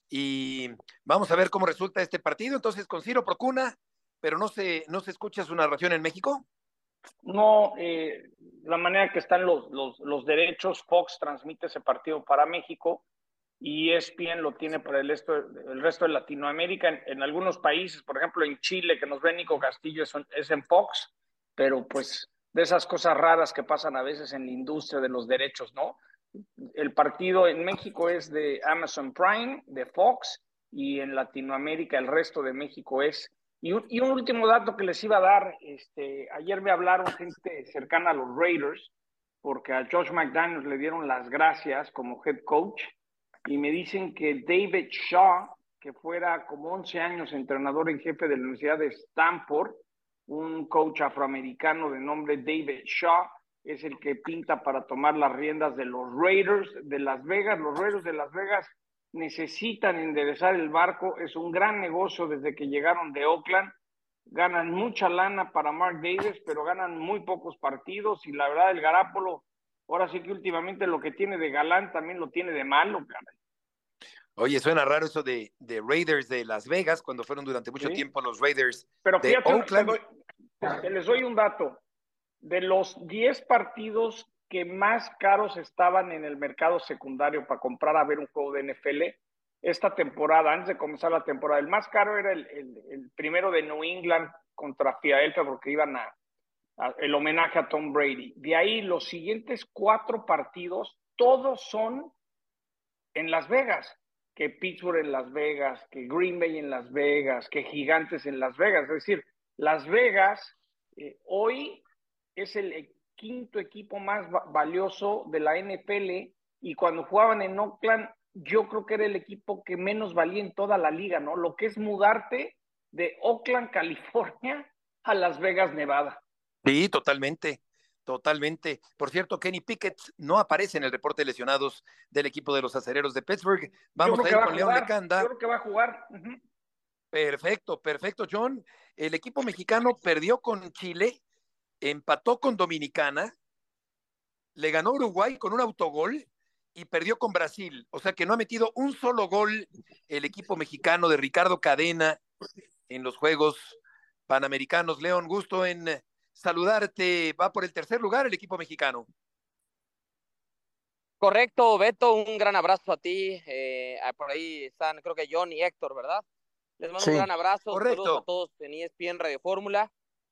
Speaker 3: Y vamos a ver cómo resulta este partido. Entonces, con Ciro Procuna, pero no se escucha su narración en México.
Speaker 5: No, la manera que están los derechos, Fox transmite ese partido para México y ESPN lo tiene para el resto de Latinoamérica. En algunos países, por ejemplo en Chile, que nos ve Nico Castillo, es en Fox, pero pues de esas cosas raras que pasan a veces en la industria de los derechos, ¿no? El partido en México es de Amazon Prime, de Fox, y en Latinoamérica el resto de México es. Y un último dato que les iba a dar, ayer me hablaron gente cercana a los Raiders, porque a Josh McDaniels le dieron las gracias como head coach, y me dicen que David Shaw, que fuera como 11 años entrenador en jefe de la Universidad de Stanford, un coach afroamericano de nombre David Shaw, es el que pinta para tomar las riendas de los Raiders de Las Vegas. Los Raiders de Las Vegas necesitan enderezar el barco. Es un gran negocio desde que llegaron de Oakland. Ganan mucha lana para Mark Davis, pero ganan muy pocos partidos. Y la verdad, el Garoppolo ahora sí que últimamente lo que tiene de galán también lo tiene de malo, caray.
Speaker 3: Oye, suena raro eso de Raiders de Las Vegas, cuando fueron durante mucho tiempo los Raiders
Speaker 5: Pero
Speaker 3: de
Speaker 5: fíjate,
Speaker 3: Oakland.
Speaker 5: les doy un dato. De los 10 partidos que más caros estaban en el mercado secundario para comprar a ver un juego de NFL, esta temporada, antes de comenzar la temporada, el más caro era el primero de New England contra Philadelphia, porque iban a el homenaje a Tom Brady. De ahí los siguientes 4 partidos, todos son en Las Vegas, que Pittsburgh en Las Vegas, que Green Bay en Las Vegas, que Gigantes en Las Vegas. Es decir, Las Vegas hoy es el quinto equipo más valioso de la NFL, y cuando jugaban en Oakland, yo creo que era el equipo que menos valía en toda la liga, ¿no? Lo que es mudarte de Oakland, California, a Las Vegas, Nevada.
Speaker 3: Sí, totalmente. Totalmente. Por cierto, Kenny Pickett no aparece en el reporte de lesionados del equipo de los Acereros de Pittsburgh. Vamos a ir con León Lecanda.
Speaker 5: Yo creo que va a jugar.
Speaker 3: Perfecto, perfecto, John. El equipo mexicano perdió con Chile, empató con Dominicana, le ganó Uruguay con un autogol y perdió con Brasil. O sea que no ha metido un solo gol el equipo mexicano de Ricardo Cadena en los Juegos Panamericanos. León, gusto en saludarte. Va por el tercer lugar el equipo mexicano.
Speaker 16: Correcto, Beto, un gran abrazo a ti. Por ahí están, creo que John y Héctor, ¿verdad? Les mando un gran abrazo.
Speaker 3: Correcto.
Speaker 16: Saludos a todos en ESPN Radio Fórmula.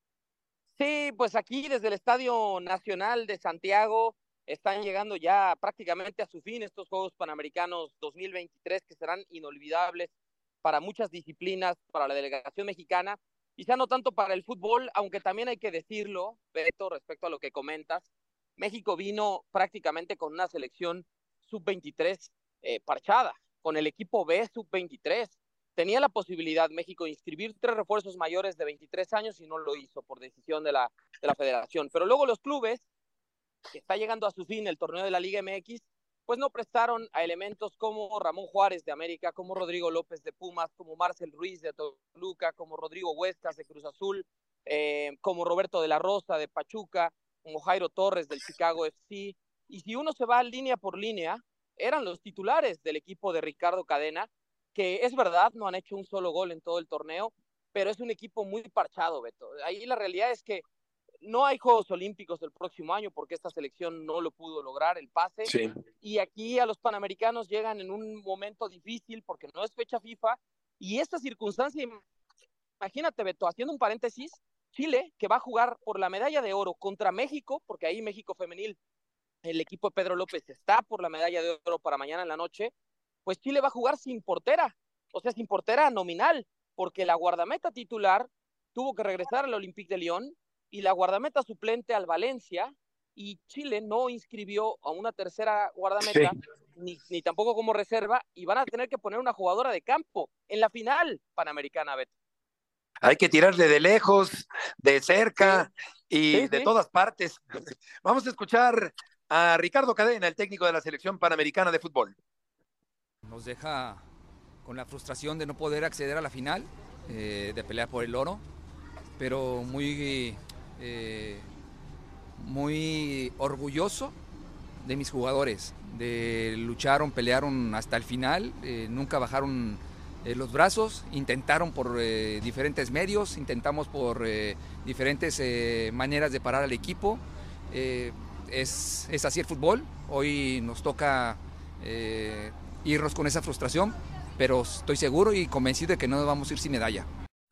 Speaker 16: Sí, pues aquí desde el Estadio Nacional de Santiago están llegando ya prácticamente a su fin estos Juegos Panamericanos 2023, que serán inolvidables para muchas disciplinas, para la delegación mexicana. Quizá no tanto para el fútbol, aunque también hay que decirlo, Beto, respecto a lo que comentas. México vino prácticamente con una selección sub-23 parchada, con el equipo B sub-23. Tenía la posibilidad México de inscribir 3 refuerzos mayores de 23 años y no lo hizo por decisión de la federación. Pero luego los clubes, que está llegando a su fin el torneo de la Liga MX, pues no prestaron a elementos como Ramón Juárez de América, como Rodrigo López de Pumas, como Marcel Ruiz de Toluca, como Rodrigo Huescas de Cruz Azul, como Roberto de la Rosa de Pachuca, como Jairo Torres del Chicago FC. Y si uno se va línea por línea, eran los titulares del equipo de Ricardo Cadena, que es verdad, no han hecho un solo gol en todo el torneo, pero es un equipo muy parchado, Beto. Ahí la realidad es que no hay Juegos Olímpicos el próximo año porque esta selección no lo pudo lograr, el pase.
Speaker 3: Sí.
Speaker 16: Y aquí a los Panamericanos llegan en un momento difícil porque no es fecha FIFA. Y esta circunstancia, imagínate, Beto, haciendo un paréntesis, Chile, que va a jugar por la medalla de oro contra México, porque ahí México femenil, el equipo de Pedro López está por la medalla de oro para mañana en la noche, pues Chile va a jugar sin portera, o sea, sin portera nominal, porque la guardameta titular tuvo que regresar al Olympique de Lyon y la guardameta suplente al Valencia, y Chile no inscribió a una tercera guardameta, ni tampoco como reserva, y van a tener que poner una jugadora de campo en la final panamericana, Beto.
Speaker 3: Hay que tirarle de lejos, de cerca y de todas partes. Vamos a escuchar a Ricardo Cadena, el técnico de la selección panamericana de fútbol.
Speaker 17: Nos deja con la frustración de no poder acceder a la final, de pelear por el oro, pero muy orgulloso de mis jugadores, lucharon, pelearon hasta el final, nunca bajaron los brazos, intentaron por diferentes medios, intentamos por diferentes maneras de parar al equipo. Es así el fútbol, hoy nos toca irnos con esa frustración, pero estoy seguro y convencido de que no nos vamos a ir sin medalla.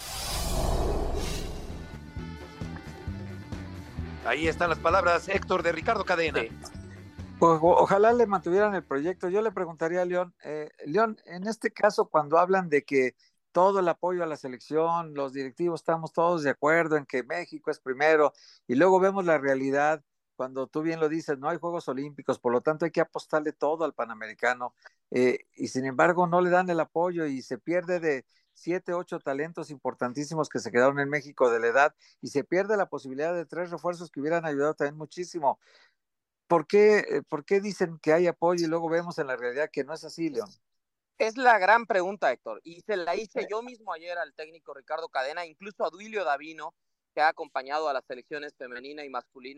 Speaker 3: Ahí están las palabras, Héctor, de Ricardo Cadena.
Speaker 4: Sí. Pues, ojalá le mantuvieran el proyecto. Yo le preguntaría a León, León, en este caso, cuando hablan de que todo el apoyo a la selección, los directivos estamos todos de acuerdo en que México es primero, y luego vemos la realidad, cuando tú bien lo dices, no hay Juegos Olímpicos, por lo tanto hay que apostarle todo al Panamericano, y sin embargo no le dan el apoyo y se pierde de 7, 8 talentos importantísimos que se quedaron en México de la edad, y se pierde la posibilidad de 3 refuerzos que hubieran ayudado también muchísimo. ¿Por qué dicen que hay apoyo y luego vemos en la realidad que no es así, León?
Speaker 16: Es la gran pregunta, Héctor, y se la hice yo mismo ayer al técnico Ricardo Cadena, incluso a Duilio Davino, que ha acompañado a las selecciones femenina y masculina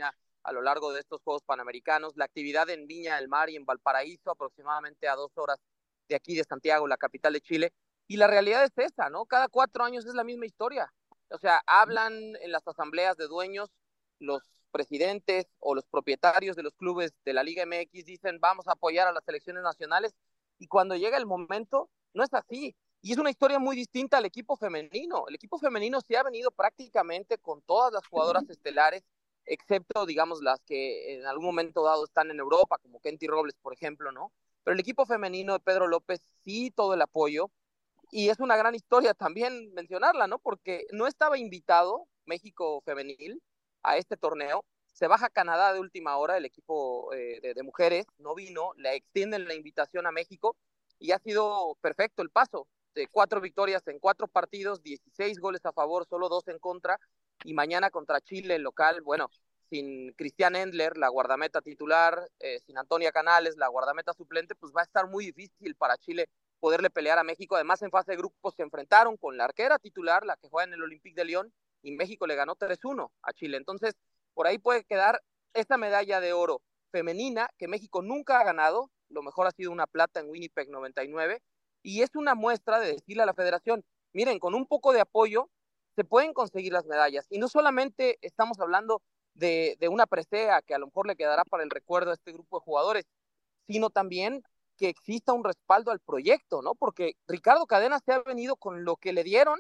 Speaker 16: a lo largo de estos Juegos Panamericanos. La actividad en Viña del Mar y en Valparaíso, aproximadamente a 2 horas de aquí de Santiago, la capital de Chile. Y la realidad es esa, ¿no? Cada 4 años es la misma historia. O sea, hablan en las asambleas de dueños, los presidentes o los propietarios de los clubes de la Liga MX dicen vamos a apoyar a las selecciones nacionales, y cuando llega el momento no es así. Y es una historia muy distinta al equipo femenino. El equipo femenino sí ha venido prácticamente con todas las jugadoras estelares, excepto, digamos, las que en algún momento dado están en Europa, como Kenty Robles, por ejemplo, ¿no? Pero el equipo femenino de Pedro López sí todo el apoyo, y es una gran historia también mencionarla, ¿no? Porque no estaba invitado México femenil a este torneo, se baja Canadá de última hora, el equipo de mujeres no vino, le extienden la invitación a México, y ha sido perfecto el paso, de 4 victorias en 4 partidos, 16 goles a favor, solo 2 en contra, y mañana contra Chile, el local, bueno, sin Cristian Endler, la guardameta titular, sin Antonia Canales, la guardameta suplente, pues va a estar muy difícil para Chile poderle pelear a México. Además, en fase de grupos se enfrentaron con la arquera titular, la que juega en el Olympique de Lyon, y México le ganó 3-1 a Chile. Entonces, por ahí puede quedar esta medalla de oro femenina que México nunca ha ganado. Lo mejor ha sido una plata en Winnipeg 99, y es una muestra de decirle a la federación, miren, con un poco de apoyo se pueden conseguir las medallas, y no solamente estamos hablando de una presea que a lo mejor le quedará para el recuerdo a este grupo de jugadores, sino también que exista un respaldo al proyecto, ¿no? Porque Ricardo Cadena se ha venido con lo que le dieron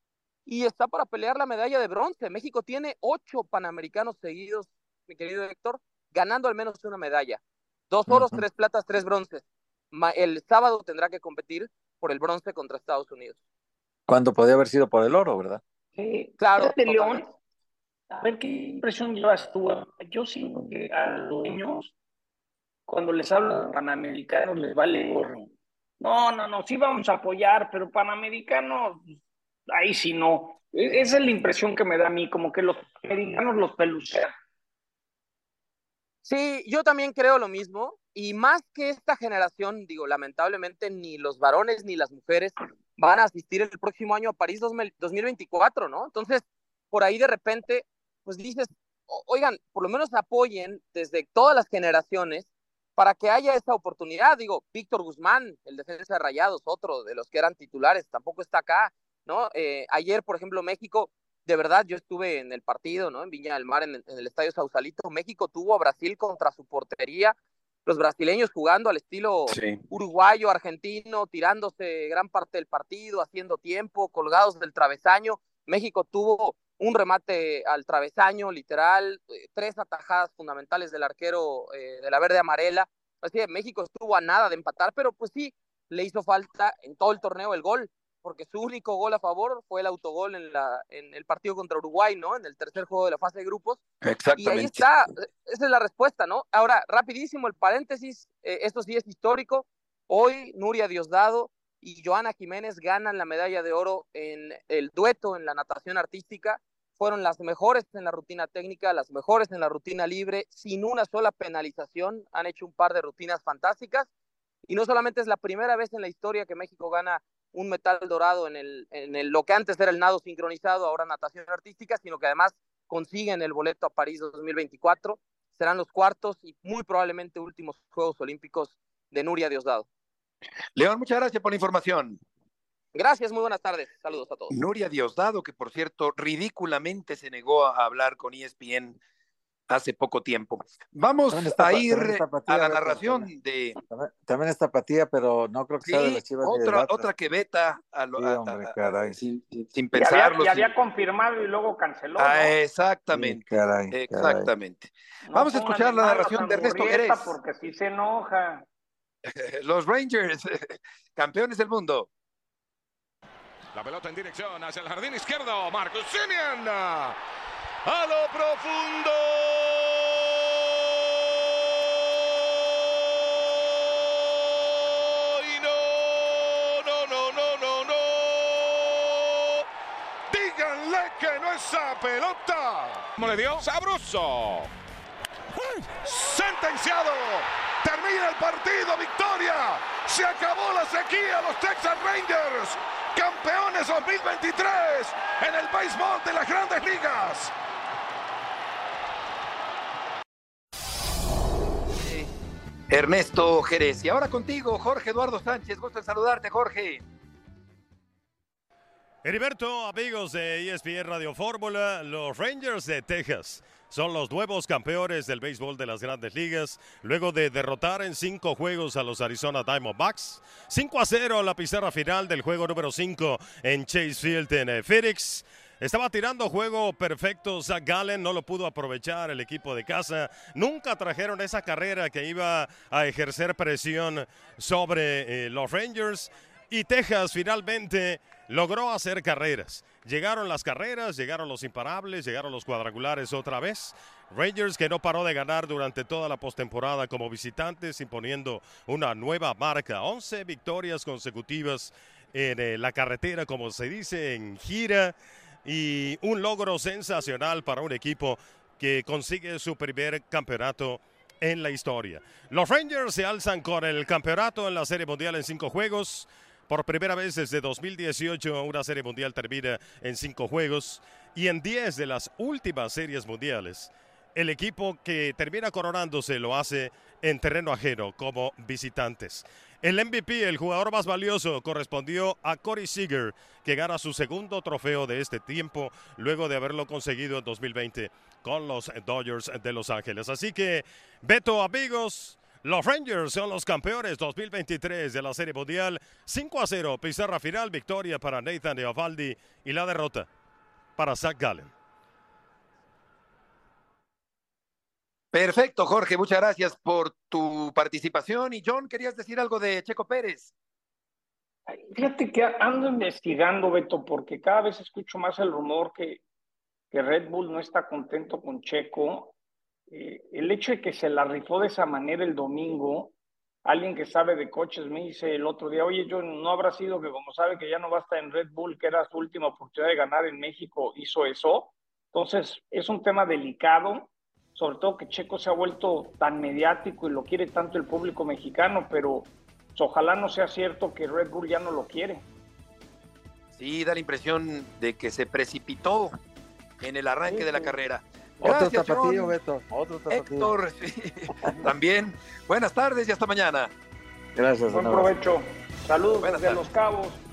Speaker 16: y está para pelear la medalla de bronce. México tiene 8 panamericanos seguidos, mi querido Héctor, ganando al menos una medalla. 2 oros, 3 platas, 3 bronces. El sábado tendrá que competir por el bronce contra Estados Unidos.
Speaker 4: Cuando podía haber sido por el oro, ¿verdad?
Speaker 16: Claro.
Speaker 5: De León, a ver qué impresión llevas tú. Yo siento que a los niños, cuando les hablo de panamericanos, les vale gorro. No, sí vamos a apoyar, pero panamericanos, ahí sí no. Esa es la impresión que me da a mí, como que los americanos los pelucean.
Speaker 16: Sí, yo también creo lo mismo, y más que esta generación, digo, lamentablemente ni los varones ni las mujeres van a asistir el próximo año a París 2024, ¿no? Entonces, por ahí de repente, pues dices, oigan, por lo menos apoyen desde todas las generaciones para que haya esa oportunidad. Digo, Víctor Guzmán, el defensa de Rayados, otro de los que eran titulares, tampoco está acá, ¿no? Ayer, por ejemplo, México, de verdad, yo estuve en el partido, ¿no? En Viña del Mar, en el Estadio Sausalito. México tuvo a Brasil contra su portería, los brasileños jugando al estilo uruguayo, argentino, tirándose gran parte del partido, haciendo tiempo, colgados del travesaño. México tuvo un remate al travesaño, literal, 3 atajadas fundamentales del arquero de la verde amarela. Así que México estuvo a nada de empatar, pero pues sí, le hizo falta en todo el torneo el gol, porque su único gol a favor fue el autogol en el partido contra Uruguay, ¿no? En el tercer juego de la fase de grupos.
Speaker 3: Exactamente.
Speaker 16: Y ahí está, esa es la respuesta, ¿no? Ahora, rapidísimo el paréntesis, esto sí es histórico. Hoy Nuria Diosdado y Joana Jiménez ganan la medalla de oro en el dueto en la natación artística. Fueron las mejores en la rutina técnica, las mejores en la rutina libre, sin una sola penalización. Han hecho un par de rutinas fantásticas. Y no solamente es la primera vez en la historia que México gana un metal dorado en lo que antes era el nado sincronizado, ahora natación artística, sino que además consiguen el boleto a París 2024. Serán los cuartos y muy probablemente últimos Juegos Olímpicos de Nuria Diosdado.
Speaker 3: León, muchas gracias por la información.
Speaker 16: Gracias, muy buenas tardes. Saludos a todos.
Speaker 3: Nuria Diosdado, que por cierto, ridículamente se negó a hablar con ESPN hace poco tiempo. Vamos a ir a la narración de...
Speaker 4: También está Tapatía, pero no creo que sea de las Chivas.
Speaker 3: Otra que veta sin
Speaker 5: Y
Speaker 3: pensarlo.
Speaker 5: había confirmado y luego canceló, ¿no?
Speaker 3: Exactamente.
Speaker 4: Caray.
Speaker 3: Exactamente.
Speaker 5: No
Speaker 3: Vamos a escuchar la narración de Ernesto Guerés.
Speaker 5: Porque sí se enoja.
Speaker 3: Los Rangers, campeones del mundo.
Speaker 18: La pelota en dirección hacia el jardín izquierdo. Marcus Semien. A lo profundo. Y no. Díganle que no es esa pelota. ¿Cómo le dio? Sabroso. Sentenciado. Termina el partido. Victoria. Se acabó la sequía. Los Texas Rangers, campeones 2023 en el béisbol de las Grandes Ligas.
Speaker 3: Ernesto Jerez. Y ahora contigo, Jorge Eduardo Sánchez. Gusto en saludarte, Jorge.
Speaker 19: Heriberto, amigos de ESPN Radio Fórmula, los Rangers de Texas son los nuevos campeones del béisbol de las Grandes Ligas, luego de derrotar en 5 juegos a los Arizona Diamondbacks. 5-0 la pizarra final del juego número 5 en Chase Field en Phoenix. Estaba tirando juego perfecto Zach Gallen, no lo pudo aprovechar el equipo de casa. Nunca trajeron esa carrera que iba a ejercer presión sobre los Rangers. Y Texas finalmente logró hacer carreras. Llegaron las carreras, llegaron los imparables, llegaron los cuadrangulares otra vez. Rangers que no paró de ganar durante toda la postemporada como visitantes, imponiendo una nueva marca. 11 victorias consecutivas en la carretera, como se dice, en gira. Y un logro sensacional para un equipo que consigue su primer campeonato en la historia. Los Rangers se alzan con el campeonato en la Serie Mundial en 5 juegos. Por primera vez desde 2018 una Serie Mundial termina en 5 juegos. Y en 10 de las últimas series mundiales, el equipo que termina coronándose lo hace en terreno ajeno como visitantes. El MVP, el jugador más valioso, correspondió a Corey Seager, que gana su segundo trofeo de este tiempo, luego de haberlo conseguido en 2020 con los Dodgers de Los Ángeles. Así que, Beto, amigos, los Rangers son los campeones 2023 de la Serie Mundial. 5-0, pizarra final, victoria para Nathan Eovaldi y la derrota para Zach Gallen.
Speaker 3: Perfecto, Jorge, muchas gracias por tu participación. Y John, ¿querías decir algo de Checo Pérez?
Speaker 5: Fíjate que ando investigando, Beto, porque cada vez escucho más el rumor que Red Bull no está contento con Checo. El hecho de que se la rifó de esa manera el domingo, alguien que sabe de coches me dice el otro día, oye, John, ¿no habrá sido que como sabe que ya no va a estar en Red Bull, que era su última oportunidad de ganar en México, hizo eso? Entonces, es un tema delicado, sobre todo que Checo se ha vuelto tan mediático y lo quiere tanto el público mexicano, pero pues, ojalá no sea cierto que Red Bull ya no lo quiere.
Speaker 3: Sí, da la impresión de que se precipitó en el arranque de la carrera. Gracias,
Speaker 4: otro tapatío,
Speaker 3: John.
Speaker 4: Beto, otro tapatío.
Speaker 3: Héctor, sí, también. Buenas tardes y hasta mañana.
Speaker 4: Gracias.
Speaker 5: Buen provecho. Saludos desde Los Cabos.